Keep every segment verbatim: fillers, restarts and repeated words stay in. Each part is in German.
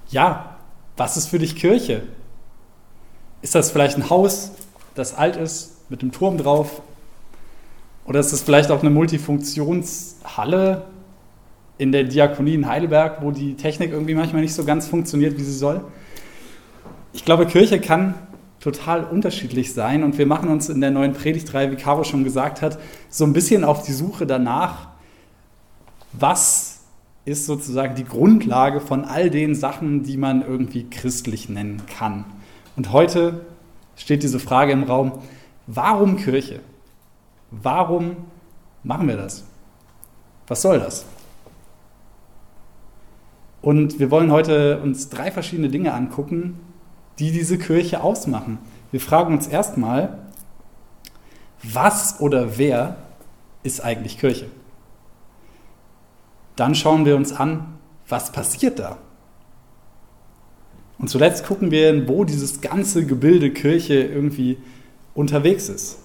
Ja, was ist für dich Kirche? Ist das vielleicht ein Haus, das alt ist, mit einem Turm drauf? Oder ist es vielleicht auch eine Multifunktionshalle in der Diakonie in Heidelberg, wo die Technik irgendwie manchmal nicht so ganz funktioniert, wie sie soll? Ich glaube, Kirche kann total unterschiedlich sein und wir machen uns in der neuen Predigtreihe, wie Caro schon gesagt hat, so ein bisschen auf die Suche danach, was ist sozusagen die Grundlage von all den Sachen, die man irgendwie christlich nennen kann. Und heute steht diese Frage im Raum, warum Kirche? Warum machen wir das? Was soll das? Und wir wollen heute uns drei verschiedene Dinge angucken, die diese Kirche ausmachen. Wir fragen uns erstmal, was oder wer ist eigentlich Kirche? Dann schauen wir uns an, was passiert da? Und zuletzt gucken wir, wo dieses ganze Gebilde Kirche irgendwie unterwegs ist.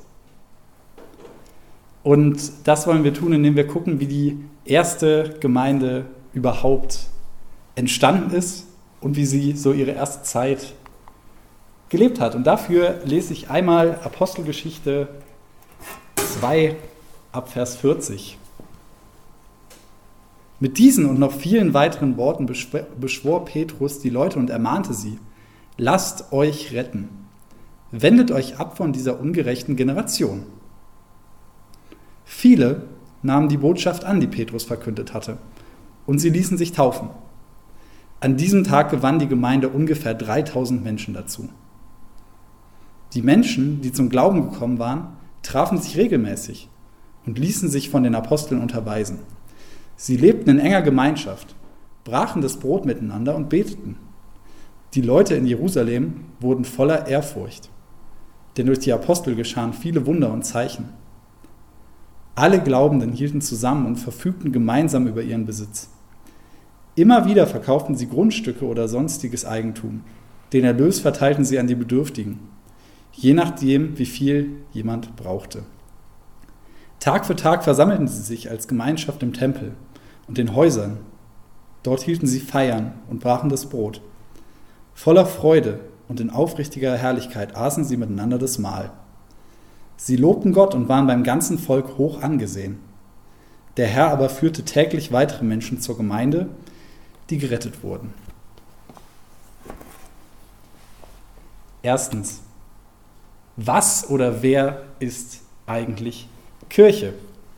Und das wollen wir tun, indem wir gucken, wie die erste Gemeinde überhaupt entstanden ist und wie sie so ihre erste Zeit gelebt hat. Und dafür lese ich einmal Apostelgeschichte zwei ab Vers vierzig. Mit diesen und noch vielen weiteren Worten beschwor Petrus die Leute und ermahnte sie: Lasst euch retten, wendet euch ab von dieser ungerechten Generation. Viele nahmen die Botschaft an, die Petrus verkündet hatte, und sie ließen sich taufen. An diesem Tag gewann die Gemeinde ungefähr dreitausend Menschen dazu. Die Menschen, die zum Glauben gekommen waren, trafen sich regelmäßig und ließen sich von den Aposteln unterweisen. Sie lebten in enger Gemeinschaft, brachen das Brot miteinander und beteten. Die Leute in Jerusalem wurden voller Ehrfurcht, denn durch die Apostel geschahen viele Wunder und Zeichen. Alle Glaubenden hielten zusammen und verfügten gemeinsam über ihren Besitz. Immer wieder verkauften sie Grundstücke oder sonstiges Eigentum. Den Erlös verteilten sie an die Bedürftigen, je nachdem, wie viel jemand brauchte. Tag für Tag versammelten sie sich als Gemeinschaft im Tempel und den Häusern. Dort hielten sie Feiern und brachen das Brot. Voller Freude und in aufrichtiger Herrlichkeit aßen sie miteinander das Mahl. Sie lobten Gott und waren beim ganzen Volk hoch angesehen. Der Herr aber führte täglich weitere Menschen zur Gemeinde, die gerettet wurden. Erstens, was oder wer ist eigentlich Kirche?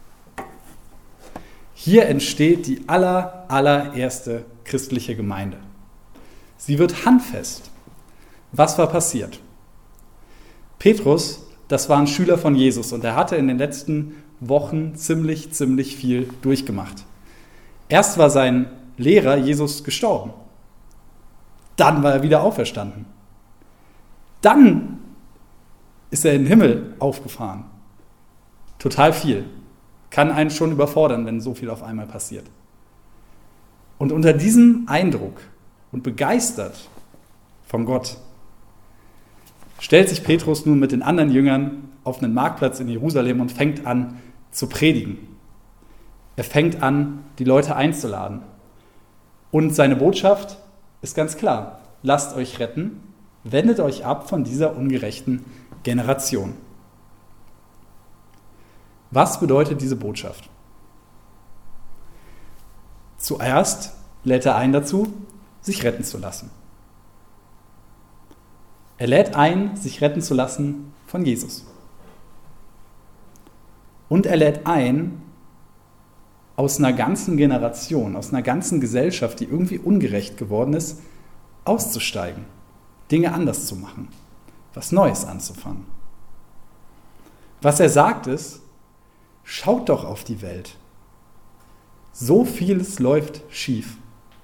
Hier entsteht die aller, allererste christliche Gemeinde. Sie wird handfest. Was war passiert? Petrus, das war ein Schüler von Jesus und er hatte in den letzten Wochen ziemlich, ziemlich viel durchgemacht. Erst war sein Lehrer Jesus gestorben. Dann war er wieder auferstanden. Dann ist er in den Himmel aufgefahren. Total viel. Kann einen schon überfordern, wenn so viel auf einmal passiert. Und unter diesem Eindruck und begeistert von Gott stellt sich Petrus nun mit den anderen Jüngern auf einen Marktplatz in Jerusalem und fängt an zu predigen. Er fängt an, die Leute einzuladen. Und seine Botschaft ist ganz klar: Lasst euch retten, wendet euch ab von dieser ungerechten Generation. Was bedeutet diese Botschaft? Zuerst lädt er ein dazu, sich retten zu lassen. Er lädt ein, sich retten zu lassen von Jesus. Und er lädt ein, aus einer ganzen Generation, aus einer ganzen Gesellschaft, die irgendwie ungerecht geworden ist, auszusteigen, Dinge anders zu machen, was Neues anzufangen. Was er sagt ist: Schaut doch auf die Welt. So vieles läuft schief.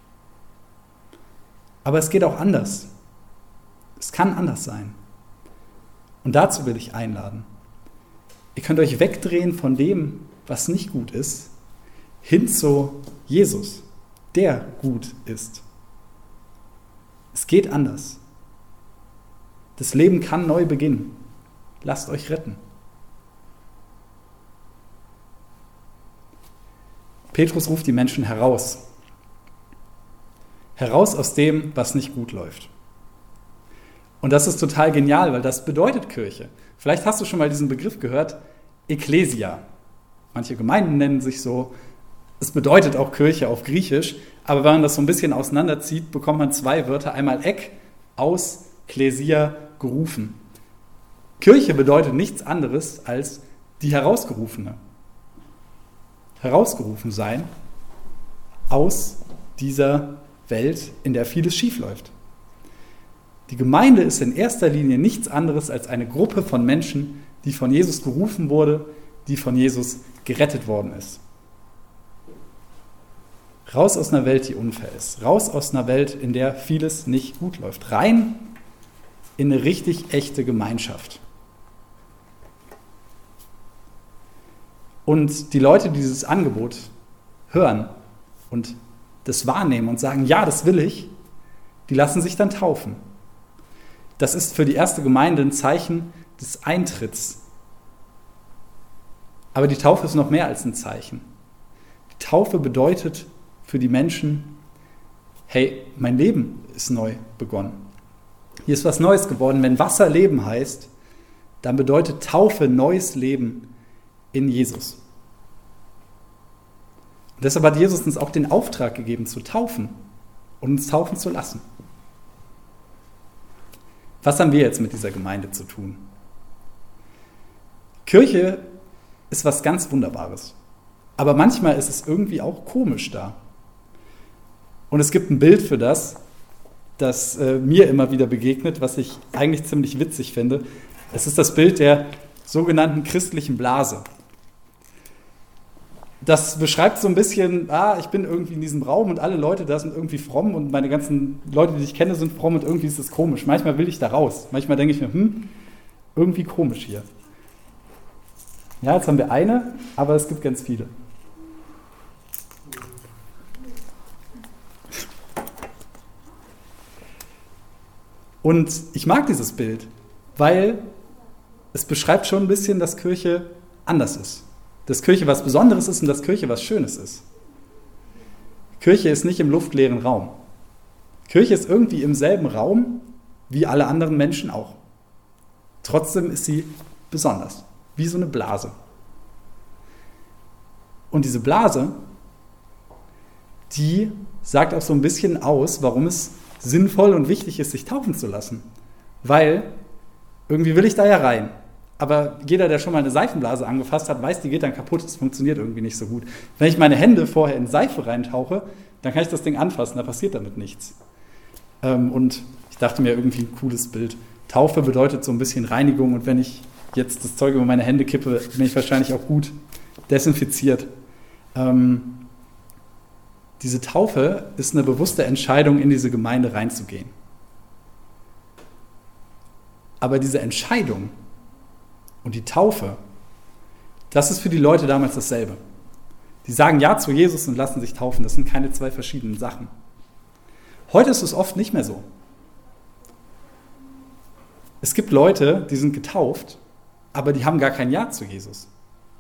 Aber es geht auch anders. Es kann anders sein. Und dazu will ich einladen. Ihr könnt euch wegdrehen von dem, was nicht gut ist, hin zu Jesus, der gut ist. Es geht anders. Das Leben kann neu beginnen. Lasst euch retten. Petrus ruft die Menschen heraus. Heraus aus dem, was nicht gut läuft. Und das ist total genial, weil das bedeutet Kirche. Vielleicht hast du schon mal diesen Begriff gehört, Ekklesia. Manche Gemeinden nennen sich so. Es bedeutet auch Kirche auf Griechisch, aber wenn man das so ein bisschen auseinanderzieht, bekommt man zwei Wörter. Einmal Ek, aus, Klesia, gerufen. Kirche bedeutet nichts anderes als die Herausgerufene. Herausgerufen sein aus dieser Welt, in der vieles schiefläuft. Die Gemeinde ist in erster Linie nichts anderes als eine Gruppe von Menschen, die von Jesus gerufen wurde, die von Jesus gerettet worden ist. Raus aus einer Welt, die unfair ist. Raus aus einer Welt, in der vieles nicht gut läuft. Rein in eine richtig echte Gemeinschaft. Und die Leute, die dieses Angebot hören und das wahrnehmen und sagen, ja, das will ich, die lassen sich dann taufen. Das ist für die erste Gemeinde ein Zeichen des Eintritts. Aber die Taufe ist noch mehr als ein Zeichen. Die Taufe bedeutet für die Menschen, hey, mein Leben ist neu begonnen. Hier ist was Neues geworden. Wenn Wasser Leben heißt, dann bedeutet Taufe neues Leben in Jesus. Und deshalb hat Jesus uns auch den Auftrag gegeben, zu taufen und uns taufen zu lassen. Was haben wir jetzt mit dieser Gemeinde zu tun? Kirche ist was ganz Wunderbares. Aber manchmal ist es irgendwie auch komisch da. Und es gibt ein Bild für das, das äh, mir immer wieder begegnet, was ich eigentlich ziemlich witzig finde. Es ist das Bild der sogenannten christlichen Blase. Das beschreibt so ein bisschen, ah, ich bin irgendwie in diesem Raum und alle Leute da sind irgendwie fromm und meine ganzen Leute, die ich kenne, sind fromm und irgendwie ist es komisch. Manchmal will ich da raus. Manchmal denke ich mir, hm, irgendwie komisch hier. Ja, jetzt haben wir eine, aber es gibt ganz viele. Und ich mag dieses Bild, weil es beschreibt schon ein bisschen, dass Kirche anders ist. Dass Kirche was Besonderes ist und dass Kirche was Schönes ist. Kirche ist nicht im luftleeren Raum. Kirche ist irgendwie im selben Raum wie alle anderen Menschen auch. Trotzdem ist sie besonders, wie so eine Blase. Und diese Blase, die sagt auch so ein bisschen aus, warum es sinnvoll und wichtig ist, sich taufen zu lassen. Weil irgendwie will ich da ja rein. Aber jeder, der schon mal eine Seifenblase angefasst hat, weiß, die geht dann kaputt. Das funktioniert irgendwie nicht so gut. Wenn ich meine Hände vorher in Seife reintauche, dann kann ich das Ding anfassen, da passiert damit nichts. Und ich dachte mir, irgendwie ein cooles Bild. Taufe bedeutet so ein bisschen Reinigung und wenn ich jetzt das Zeug über meine Hände kippe, bin ich wahrscheinlich auch gut desinfiziert. Ähm, diese Taufe ist eine bewusste Entscheidung, in diese Gemeinde reinzugehen. Aber diese Entscheidung und die Taufe, das ist für die Leute damals dasselbe. Die sagen Ja zu Jesus und lassen sich taufen. Das sind keine zwei verschiedenen Sachen. Heute ist es oft nicht mehr so. Es gibt Leute, die sind getauft, aber die haben gar kein Ja zu Jesus.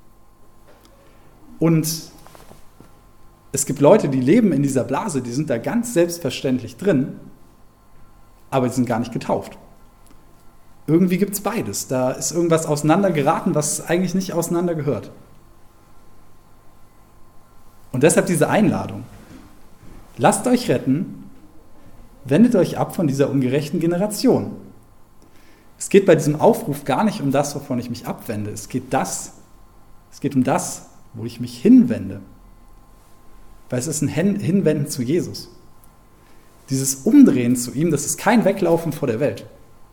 Und es gibt Leute, die leben in dieser Blase, die sind da ganz selbstverständlich drin, aber die sind gar nicht getauft. Irgendwie gibt es beides. Da ist irgendwas auseinandergeraten, was eigentlich nicht auseinandergehört. Und deshalb diese Einladung. Lasst euch retten, wendet euch ab von dieser ungerechten Generation. Es geht bei diesem Aufruf gar nicht um das, wovon ich mich abwende. Es geht, das, es geht um das, wo ich mich hinwende. Weil es ist ein Hinwenden zu Jesus. Dieses Umdrehen zu ihm, das ist kein Weglaufen vor der Welt.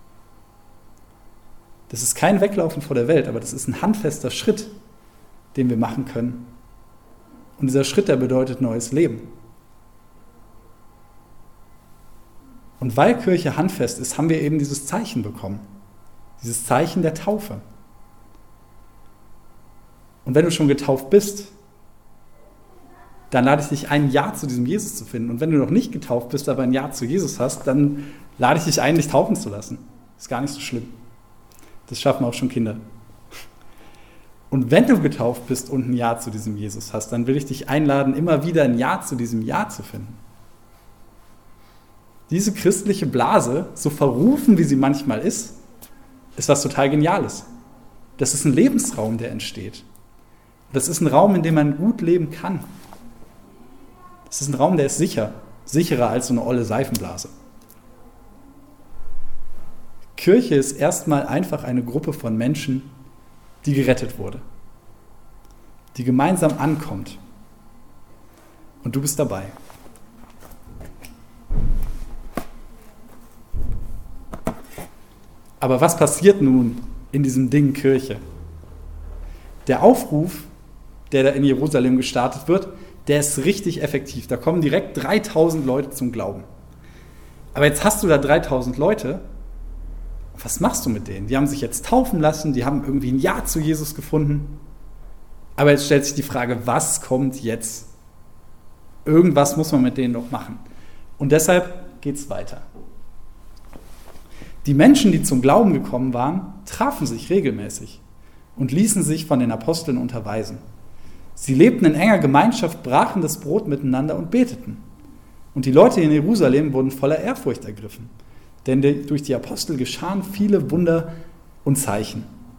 Das ist kein Weglaufen vor der Welt, aber das ist ein handfester Schritt, den wir machen können. Und dieser Schritt, der bedeutet neues Leben. Und weil Kirche handfest ist, haben wir eben dieses Zeichen bekommen. Dieses Zeichen der Taufe. Und wenn du schon getauft bist, dann lade ich dich ein, ein Ja zu diesem Jesus zu finden. Und wenn du noch nicht getauft bist, aber ein Ja zu Jesus hast, dann lade ich dich ein, dich taufen zu lassen. Ist gar nicht so schlimm. Das schaffen auch schon Kinder. Und wenn du getauft bist und ein Ja zu diesem Jesus hast, dann will ich dich einladen, immer wieder ein Ja zu diesem Ja zu finden. Diese christliche Blase, so verrufen wie sie manchmal ist, ist was total Geniales. Das ist ein Lebensraum, der entsteht. Das ist ein Raum, in dem man gut leben kann. Das ist ein Raum, der ist sicher, sicherer als so eine olle Seifenblase. Kirche ist erstmal einfach eine Gruppe von Menschen, die gerettet wurde, die gemeinsam ankommt. Und du bist dabei. Aber was passiert nun in diesem Ding Kirche? Der Aufruf, der da in Jerusalem gestartet wird, der ist richtig effektiv. Da kommen direkt dreitausend Leute zum Glauben. Aber jetzt hast du da dreitausend Leute. Was machst du mit denen? Die haben sich jetzt taufen lassen, die haben irgendwie ein Ja zu Jesus gefunden. Aber jetzt stellt sich die Frage, was kommt jetzt? Irgendwas muss man mit denen noch machen. Und deshalb geht es weiter. Die Menschen, die zum Glauben gekommen waren, trafen sich regelmäßig und ließen sich von den Aposteln unterweisen. Sie lebten in enger Gemeinschaft, brachen das Brot miteinander und beteten. Und die Leute in Jerusalem wurden voller Ehrfurcht ergriffen, denn durch die Apostel geschahen viele Wunder und Zeichen.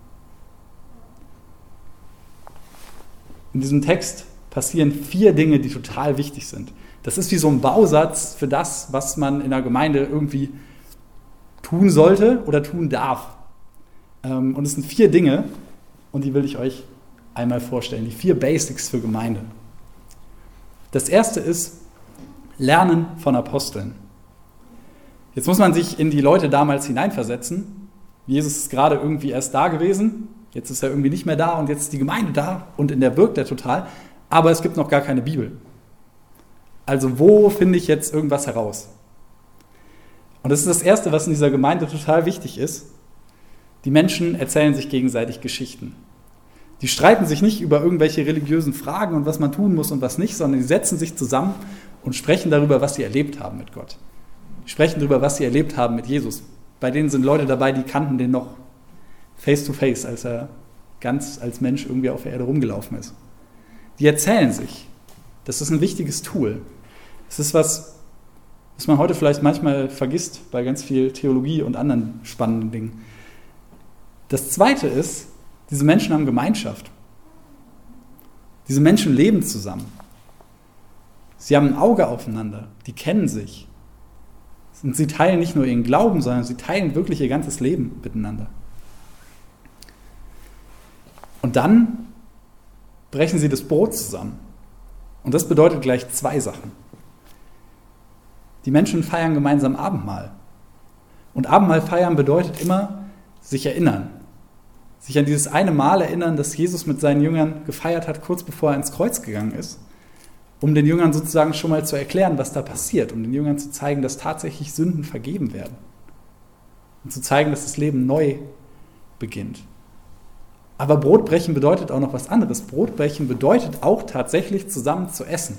In diesem Text passieren vier Dinge, die total wichtig sind. Das ist wie so ein Bausatz für das, was man in der Gemeinde irgendwie tun sollte oder tun darf. Und es sind vier Dinge, und die will ich euch einmal vorstellen. Die vier Basics für Gemeinde. Das erste ist Lernen von Aposteln. Jetzt muss man sich in die Leute damals hineinversetzen. Jesus ist gerade irgendwie erst da gewesen, jetzt ist er irgendwie nicht mehr da und jetzt ist die Gemeinde da und in der wirkt er total, aber es gibt noch gar keine Bibel. Also wo finde ich jetzt irgendwas heraus? Und das ist das Erste, was in dieser Gemeinde total wichtig ist. Die Menschen erzählen sich gegenseitig Geschichten. Die streiten sich nicht über irgendwelche religiösen Fragen und was man tun muss und was nicht, sondern die setzen sich zusammen und sprechen darüber, was sie erlebt haben mit Gott. Die sprechen darüber, was sie erlebt haben mit Jesus. Bei denen sind Leute dabei, die kannten den noch face to face, als er ganz als Mensch irgendwie auf der Erde rumgelaufen ist. Die erzählen sich. Das ist ein wichtiges Tool. Das ist was, was man heute vielleicht manchmal vergisst bei ganz viel Theologie und anderen spannenden Dingen. Das Zweite ist, diese Menschen haben Gemeinschaft. Diese Menschen leben zusammen. Sie haben ein Auge aufeinander. Die kennen sich. Und sie teilen nicht nur ihren Glauben, sondern sie teilen wirklich ihr ganzes Leben miteinander. Und dann brechen sie das Brot zusammen. Und das bedeutet gleich zwei Sachen. Die Menschen feiern gemeinsam Abendmahl. Und Abendmahl feiern bedeutet immer, sich erinnern. Sich an dieses eine Mal erinnern, das Jesus mit seinen Jüngern gefeiert hat, kurz bevor er ins Kreuz gegangen ist, um den Jüngern sozusagen schon mal zu erklären, was da passiert, um den Jüngern zu zeigen, dass tatsächlich Sünden vergeben werden und zu zeigen, dass das Leben neu beginnt. Aber Brotbrechen bedeutet auch noch was anderes. Brotbrechen bedeutet auch tatsächlich zusammen zu essen.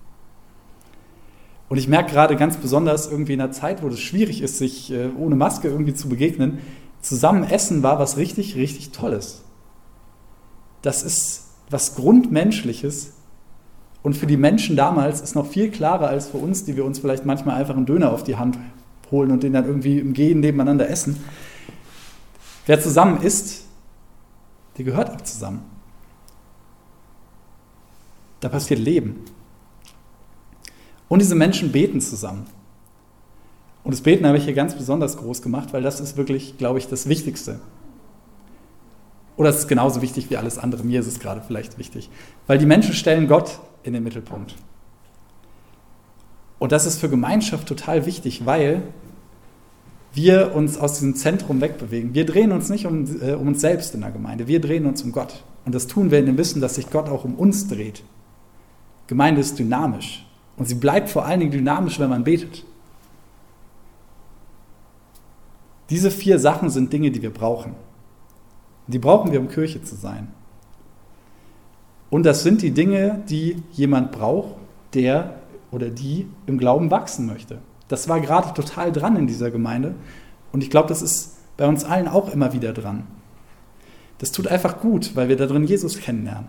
Und ich merke gerade ganz besonders irgendwie in einer Zeit, wo es schwierig ist, sich äh, ohne Maske irgendwie zu begegnen, zusammen essen war was richtig, richtig Tolles. Das ist was Grundmenschliches und für die Menschen damals ist noch viel klarer als für uns, die wir uns vielleicht manchmal einfach einen Döner auf die Hand holen und den dann irgendwie im Gehen nebeneinander essen. Wer zusammen isst, der gehört auch zusammen. Da passiert Leben. Und diese Menschen beten zusammen. Und das Beten habe ich hier ganz besonders groß gemacht, weil das ist wirklich, glaube ich, das Wichtigste. Oder es ist genauso wichtig wie alles andere. Mir ist es gerade vielleicht wichtig. Weil die Menschen stellen Gott in den Mittelpunkt. Und das ist für Gemeinschaft total wichtig, weil wir uns aus diesem Zentrum wegbewegen. Wir drehen uns nicht um, äh, um uns selbst in der Gemeinde, wir drehen uns um Gott. Und das tun wir in dem Wissen, dass sich Gott auch um uns dreht. Gemeinde ist dynamisch. Und sie bleibt vor allen Dingen dynamisch, wenn man betet. Diese vier Sachen sind Dinge, die wir brauchen. Die brauchen wir, um Kirche zu sein. Und das sind die Dinge, die jemand braucht, der oder die im Glauben wachsen möchte. Das war gerade total dran in dieser Gemeinde. Und ich glaube, das ist bei uns allen auch immer wieder dran. Das tut einfach gut, weil wir da drin Jesus kennenlernen.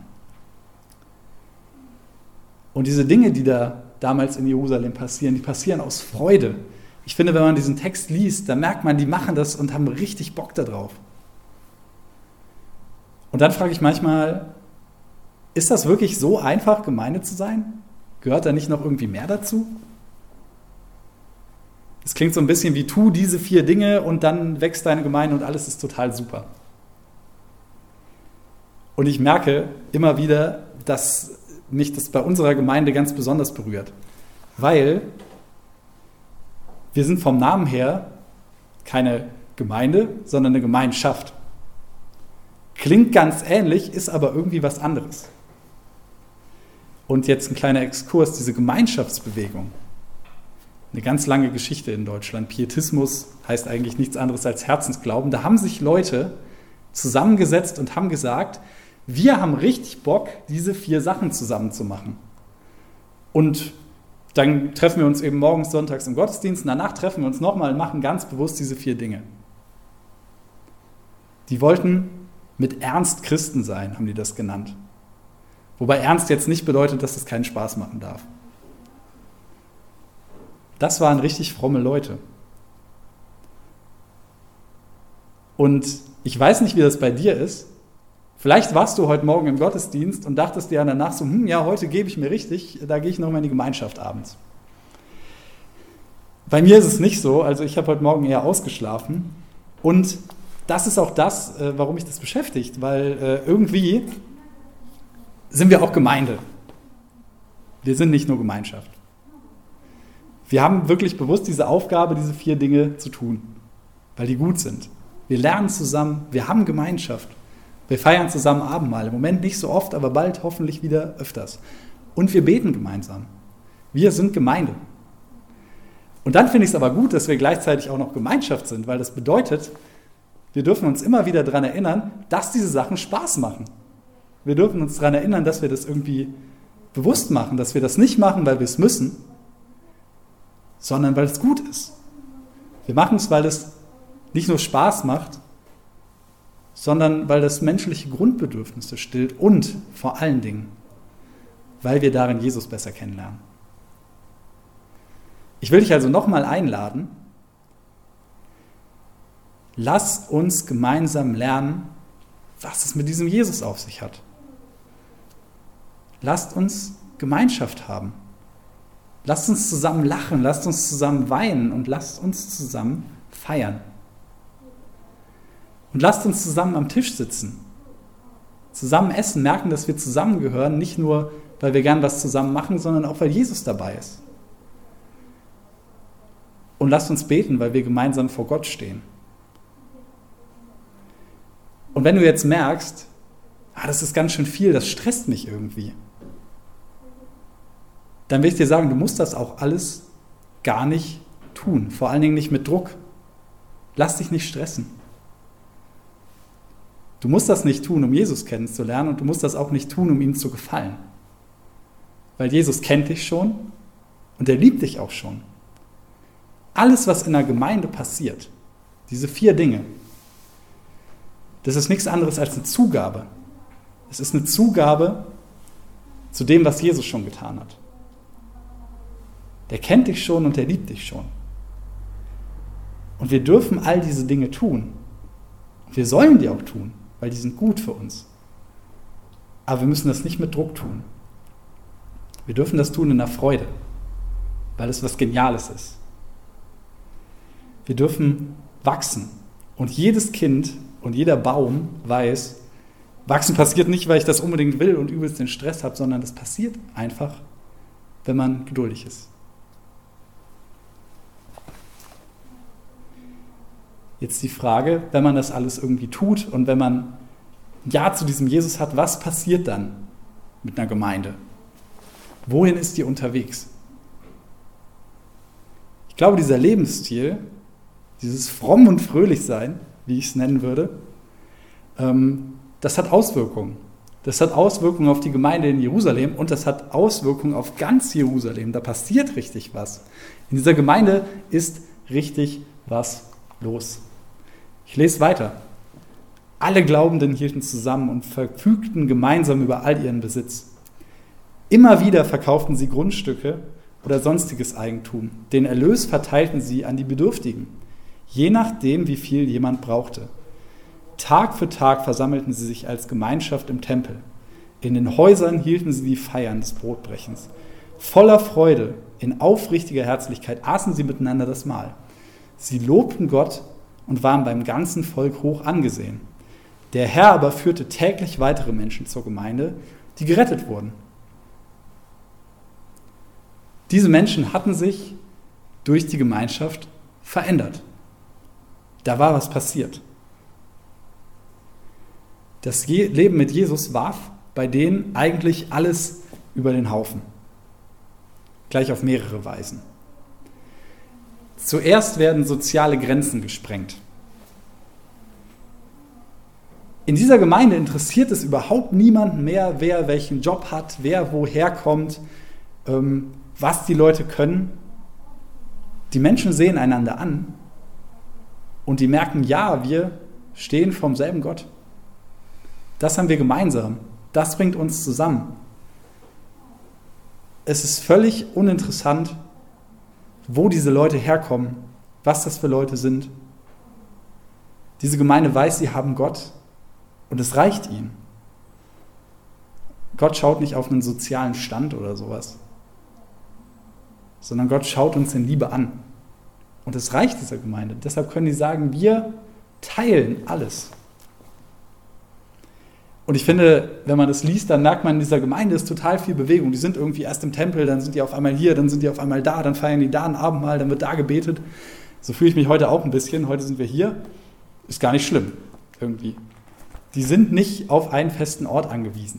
Und diese Dinge, die da damals in Jerusalem passieren, die passieren aus Freude. Ich finde, wenn man diesen Text liest, dann merkt man, die machen das und haben richtig Bock darauf. Und dann frage ich manchmal, ist das wirklich so einfach, Gemeinde zu sein? Gehört da nicht noch irgendwie mehr dazu? Es klingt so ein bisschen wie, tu diese vier Dinge und dann wächst deine Gemeinde und alles ist total super. Und ich merke immer wieder, dass mich das bei unserer Gemeinde ganz besonders berührt. Weil wir sind vom Namen her keine Gemeinde, sondern eine Gemeinschaft. Klingt ganz ähnlich, ist aber irgendwie was anderes. Und jetzt ein kleiner Exkurs, diese Gemeinschaftsbewegung. Eine ganz lange Geschichte in Deutschland. Pietismus heißt eigentlich nichts anderes als Herzensglauben. Da haben sich Leute zusammengesetzt und haben gesagt, wir haben richtig Bock, diese vier Sachen zusammen zu machen. Und dann treffen wir uns eben morgens, sonntags im Gottesdienst und danach treffen wir uns nochmal und machen ganz bewusst diese vier Dinge. Die wollten mit Ernst Christen sein, haben die das genannt. Wobei Ernst jetzt nicht bedeutet, dass es keinen Spaß machen darf. Das waren richtig fromme Leute. Und ich weiß nicht, wie das bei dir ist. Vielleicht warst du heute Morgen im Gottesdienst und dachtest dir danach so, hm, ja, heute gebe ich mir richtig, da gehe ich nochmal in die Gemeinschaft abends. Bei mir ist es nicht so, also ich habe heute Morgen eher ausgeschlafen. Und das ist auch das, warum mich das beschäftigt, weil irgendwie sind wir auch Gemeinde. Wir sind nicht nur Gemeinschaft. Wir haben wirklich bewusst diese Aufgabe, diese vier Dinge zu tun, weil die gut sind. Wir lernen zusammen, wir haben Gemeinschaft. Wir feiern zusammen Abendmahl. Im Moment nicht so oft, aber bald hoffentlich wieder öfters. Und wir beten gemeinsam. Wir sind Gemeinde. Und dann finde ich es aber gut, dass wir gleichzeitig auch noch Gemeinschaft sind, weil das bedeutet, wir dürfen uns immer wieder daran erinnern, dass diese Sachen Spaß machen. Wir dürfen uns daran erinnern, dass wir das irgendwie bewusst machen, dass wir das nicht machen, weil wir es müssen, sondern weil es gut ist. Wir machen es, weil es nicht nur Spaß macht, sondern weil das menschliche Grundbedürfnisse stillt und vor allen Dingen, weil wir darin Jesus besser kennenlernen. Ich will dich also nochmal einladen, lass uns gemeinsam lernen, was es mit diesem Jesus auf sich hat. Lasst uns Gemeinschaft haben. Lasst uns zusammen lachen, lasst uns zusammen weinen und lasst uns zusammen feiern. Und lasst uns zusammen am Tisch sitzen, zusammen essen, merken, dass wir zusammengehören, nicht nur, weil wir gern was zusammen machen, sondern auch, weil Jesus dabei ist. Und lasst uns beten, weil wir gemeinsam vor Gott stehen. Und wenn du jetzt merkst, ah, das ist ganz schön viel, das stresst mich irgendwie, dann will ich dir sagen, du musst das auch alles gar nicht tun, vor allen Dingen nicht mit Druck. Lass dich nicht stressen. Du musst das nicht tun, um Jesus kennenzulernen und du musst das auch nicht tun, um ihm zu gefallen. Weil Jesus kennt dich schon und er liebt dich auch schon. Alles, was in der Gemeinde passiert, diese vier Dinge, das ist nichts anderes als eine Zugabe. Es ist eine Zugabe zu dem, was Jesus schon getan hat. Der kennt dich schon und der liebt dich schon. Und wir dürfen all diese Dinge tun. Und wir sollen die auch tun, weil die sind gut für uns. Aber wir müssen das nicht mit Druck tun. Wir dürfen das tun in der Freude, weil es was Geniales ist. Wir dürfen wachsen. Und jedes Kind und jeder Baum weiß, wachsen passiert nicht, weil ich das unbedingt will und übelst den Stress habe, sondern das passiert einfach, wenn man geduldig ist. Jetzt die Frage, wenn man das alles irgendwie tut und wenn man ein Ja zu diesem Jesus hat, was passiert dann mit einer Gemeinde? Wohin ist die unterwegs? Ich glaube, dieser Lebensstil, dieses fromm und fröhlich sein, wie ich es nennen würde, ähm, das hat Auswirkungen. Das hat Auswirkungen auf die Gemeinde in Jerusalem und das hat Auswirkungen auf ganz Jerusalem. Da passiert richtig was. In dieser Gemeinde ist richtig was los. Ich lese weiter. Alle Glaubenden hielten zusammen und verfügten gemeinsam über all ihren Besitz. Immer wieder verkauften sie Grundstücke oder sonstiges Eigentum. Den Erlös verteilten sie an die Bedürftigen, je nachdem, wie viel jemand brauchte. Tag für Tag versammelten sie sich als Gemeinschaft im Tempel. In den Häusern hielten sie die Feiern des Brotbrechens. Voller Freude, in aufrichtiger Herzlichkeit aßen sie miteinander das Mahl. Sie lobten Gott und waren beim ganzen Volk hoch angesehen. Der Herr aber führte täglich weitere Menschen zur Gemeinde, die gerettet wurden. Diese Menschen hatten sich durch die Gemeinschaft verändert. Da war was passiert. Das Leben mit Jesus warf bei denen eigentlich alles über den Haufen. Gleich auf mehrere Weisen. Zuerst werden soziale Grenzen gesprengt. In dieser Gemeinde interessiert es überhaupt niemanden mehr, wer welchen Job hat, wer woher kommt, ähm, was die Leute können. Die Menschen sehen einander an und die merken, ja, wir stehen vom selben Gott. Das haben wir gemeinsam. Das bringt uns zusammen. Es ist völlig uninteressant, wo diese Leute herkommen, was das für Leute sind. Diese Gemeinde weiß, sie haben Gott und es reicht ihnen. Gott schaut nicht auf einen sozialen Stand oder sowas, sondern Gott schaut uns in Liebe an. Und es reicht dieser Gemeinde. Deshalb können die sagen, wir teilen alles. Und ich finde, wenn man das liest, dann merkt man, in dieser Gemeinde ist total viel Bewegung. Die sind irgendwie erst im Tempel, dann sind die auf einmal hier, dann sind die auf einmal da, dann feiern die da ein Abendmahl, dann wird da gebetet. So fühle ich mich heute auch ein bisschen. Heute sind wir hier. Ist gar nicht schlimm, irgendwie. Die sind nicht auf einen festen Ort angewiesen.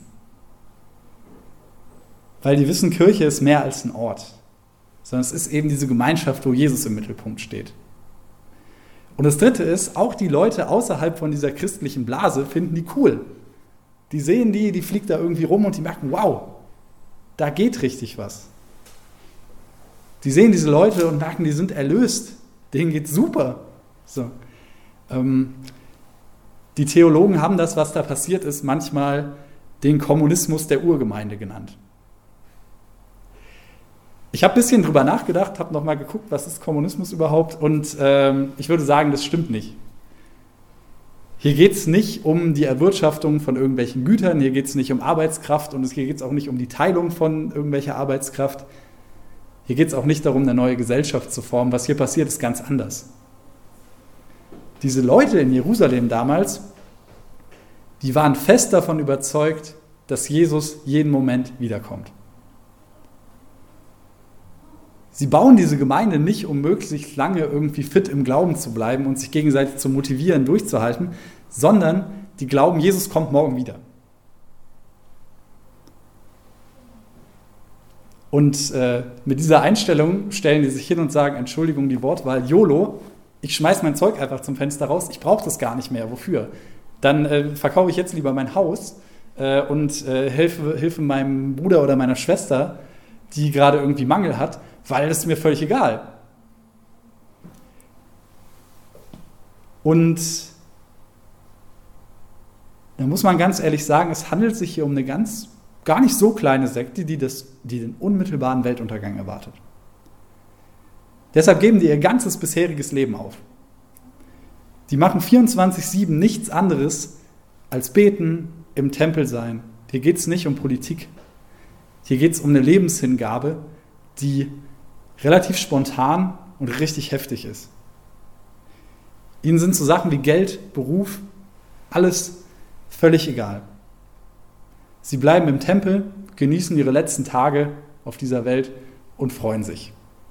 Weil die wissen, Kirche ist mehr als ein Ort. Sondern es ist eben diese Gemeinschaft, wo Jesus im Mittelpunkt steht. Und das Dritte ist, auch die Leute außerhalb von dieser christlichen Blase finden die cool. Die sehen die, die fliegt da irgendwie rum und die merken, wow, da geht richtig was. Die sehen diese Leute und merken, die sind erlöst. Denen geht's super. So. Ähm, die Theologen haben das, was da passiert ist, manchmal den Kommunismus der Urgemeinde genannt. Ich habe ein bisschen drüber nachgedacht, habe nochmal geguckt, was ist Kommunismus überhaupt, und ähm, ich würde sagen, das stimmt nicht. Hier geht es nicht um die Erwirtschaftung von irgendwelchen Gütern, hier geht es nicht um Arbeitskraft und hier geht es auch nicht um die Teilung von irgendwelcher Arbeitskraft. Hier geht es auch nicht darum, eine neue Gesellschaft zu formen. Was hier passiert, ist ganz anders. Diese Leute in Jerusalem damals, die waren fest davon überzeugt, dass Jesus jeden Moment wiederkommt. Sie bauen diese Gemeinde nicht, um möglichst lange irgendwie fit im Glauben zu bleiben und sich gegenseitig zu motivieren, durchzuhalten, sondern die glauben, Jesus kommt morgen wieder. Und äh, mit dieser Einstellung stellen die sich hin und sagen, Entschuldigung, die Wortwahl, YOLO, ich schmeiß mein Zeug einfach zum Fenster raus, ich brauche das gar nicht mehr, wofür? Dann äh, verkaufe ich jetzt lieber mein Haus äh, und äh, helfe, helfe meinem Bruder oder meiner Schwester, die gerade irgendwie Mangel hat, weil das ist mir völlig egal. Und da muss man ganz ehrlich sagen, es handelt sich hier um eine ganz, gar nicht so kleine Sekte, die, das, die den unmittelbaren Weltuntergang erwartet. Deshalb geben die ihr ganzes bisheriges Leben auf. Die machen vierundzwanzig sieben nichts anderes als beten, im Tempel sein. Hier geht es nicht um Politik. Hier geht es um eine Lebenshingabe, die relativ spontan und richtig heftig ist. Ihnen sind so Sachen wie Geld, Beruf, alles völlig egal. Sie bleiben im Tempel, genießen ihre letzten Tage auf dieser Welt und freuen sich.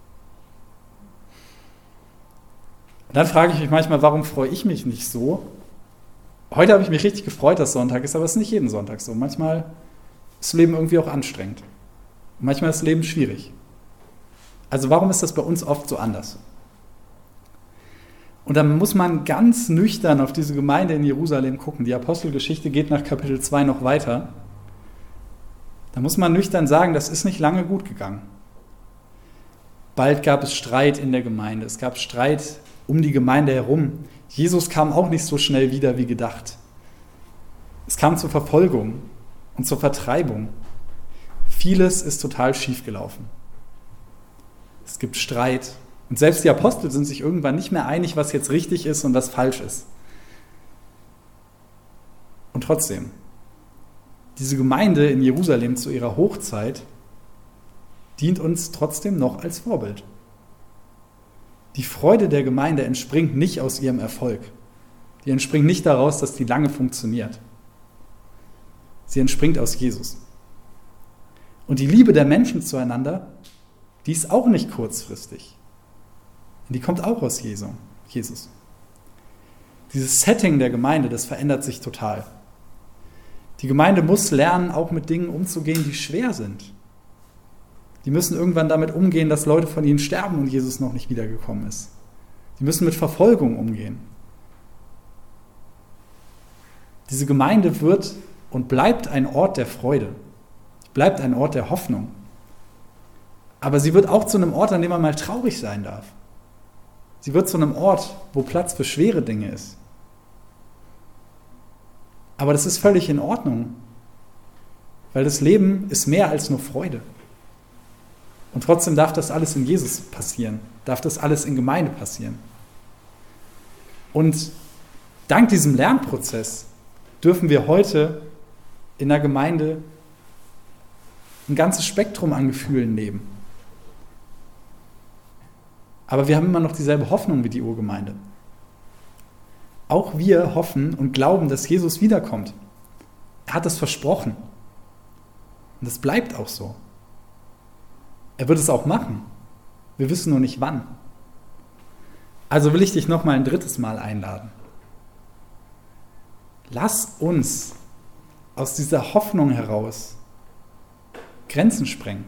Und dann frage ich mich manchmal, warum freue ich mich nicht so? Heute habe ich mich richtig gefreut, dass Sonntag ist, aber es ist nicht jeden Sonntag so. Manchmal ist das Leben irgendwie auch anstrengend. Und manchmal ist das Leben schwierig. Also warum ist das bei uns oft so anders? Und dann muss man ganz nüchtern auf diese Gemeinde in Jerusalem gucken. Die Apostelgeschichte geht nach Kapitel zwei noch weiter. Da muss man nüchtern sagen, das ist nicht lange gut gegangen. Bald gab es Streit in der Gemeinde. Es gab Streit um die Gemeinde herum. Jesus kam auch nicht so schnell wieder wie gedacht. Es kam zur Verfolgung und zur Vertreibung. Vieles ist total schief gelaufen. Es gibt Streit. Und selbst die Apostel sind sich irgendwann nicht mehr einig, was jetzt richtig ist und was falsch ist. Und trotzdem, diese Gemeinde in Jerusalem zu ihrer Hochzeit dient uns trotzdem noch als Vorbild. Die Freude der Gemeinde entspringt nicht aus ihrem Erfolg. Die entspringt nicht daraus, dass die lange funktioniert. Sie entspringt aus Jesus. Und die Liebe der Menschen zueinander, die ist auch nicht kurzfristig. Die kommt auch aus Jesus. Dieses Setting der Gemeinde, das verändert sich total. Die Gemeinde muss lernen, auch mit Dingen umzugehen, die schwer sind. Die müssen irgendwann damit umgehen, dass Leute von ihnen sterben und Jesus noch nicht wiedergekommen ist. Die müssen mit Verfolgung umgehen. Diese Gemeinde wird und bleibt ein Ort der Freude, bleibt ein Ort der Hoffnung. Aber sie wird auch zu einem Ort, an dem man mal traurig sein darf. Sie wird zu einem Ort, wo Platz für schwere Dinge ist. Aber das ist völlig in Ordnung, weil das Leben ist mehr als nur Freude. Und trotzdem darf das alles in Jesus passieren, darf das alles in Gemeinde passieren. Und dank diesem Lernprozess dürfen wir heute in der Gemeinde ein ganzes Spektrum an Gefühlen leben. Aber wir haben immer noch dieselbe Hoffnung wie die Urgemeinde. Auch wir hoffen und glauben, dass Jesus wiederkommt. Er hat es versprochen. Und das bleibt auch so. Er wird es auch machen. Wir wissen nur nicht wann. Also will ich dich noch mal ein drittes Mal einladen. Lass uns aus dieser Hoffnung heraus Grenzen sprengen.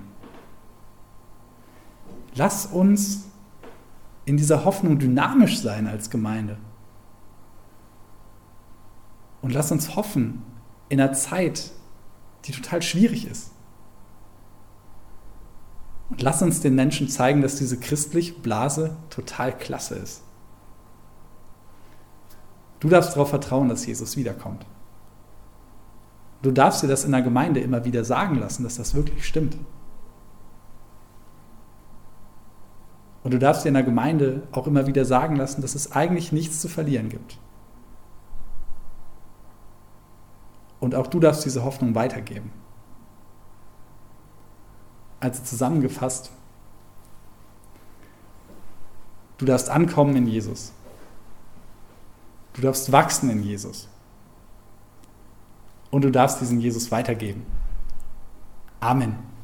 Lass uns in dieser Hoffnung dynamisch sein als Gemeinde. Und lass uns hoffen in einer Zeit, die total schwierig ist. Und lass uns den Menschen zeigen, dass diese christliche Blase total klasse ist. Du darfst darauf vertrauen, dass Jesus wiederkommt. Du darfst dir das in der Gemeinde immer wieder sagen lassen, dass das wirklich stimmt. Und du darfst dir in der Gemeinde auch immer wieder sagen lassen, dass es eigentlich nichts zu verlieren gibt. Und auch du darfst diese Hoffnung weitergeben. Also zusammengefasst, du darfst ankommen in Jesus. Du darfst wachsen in Jesus. Und du darfst diesen Jesus weitergeben. Amen.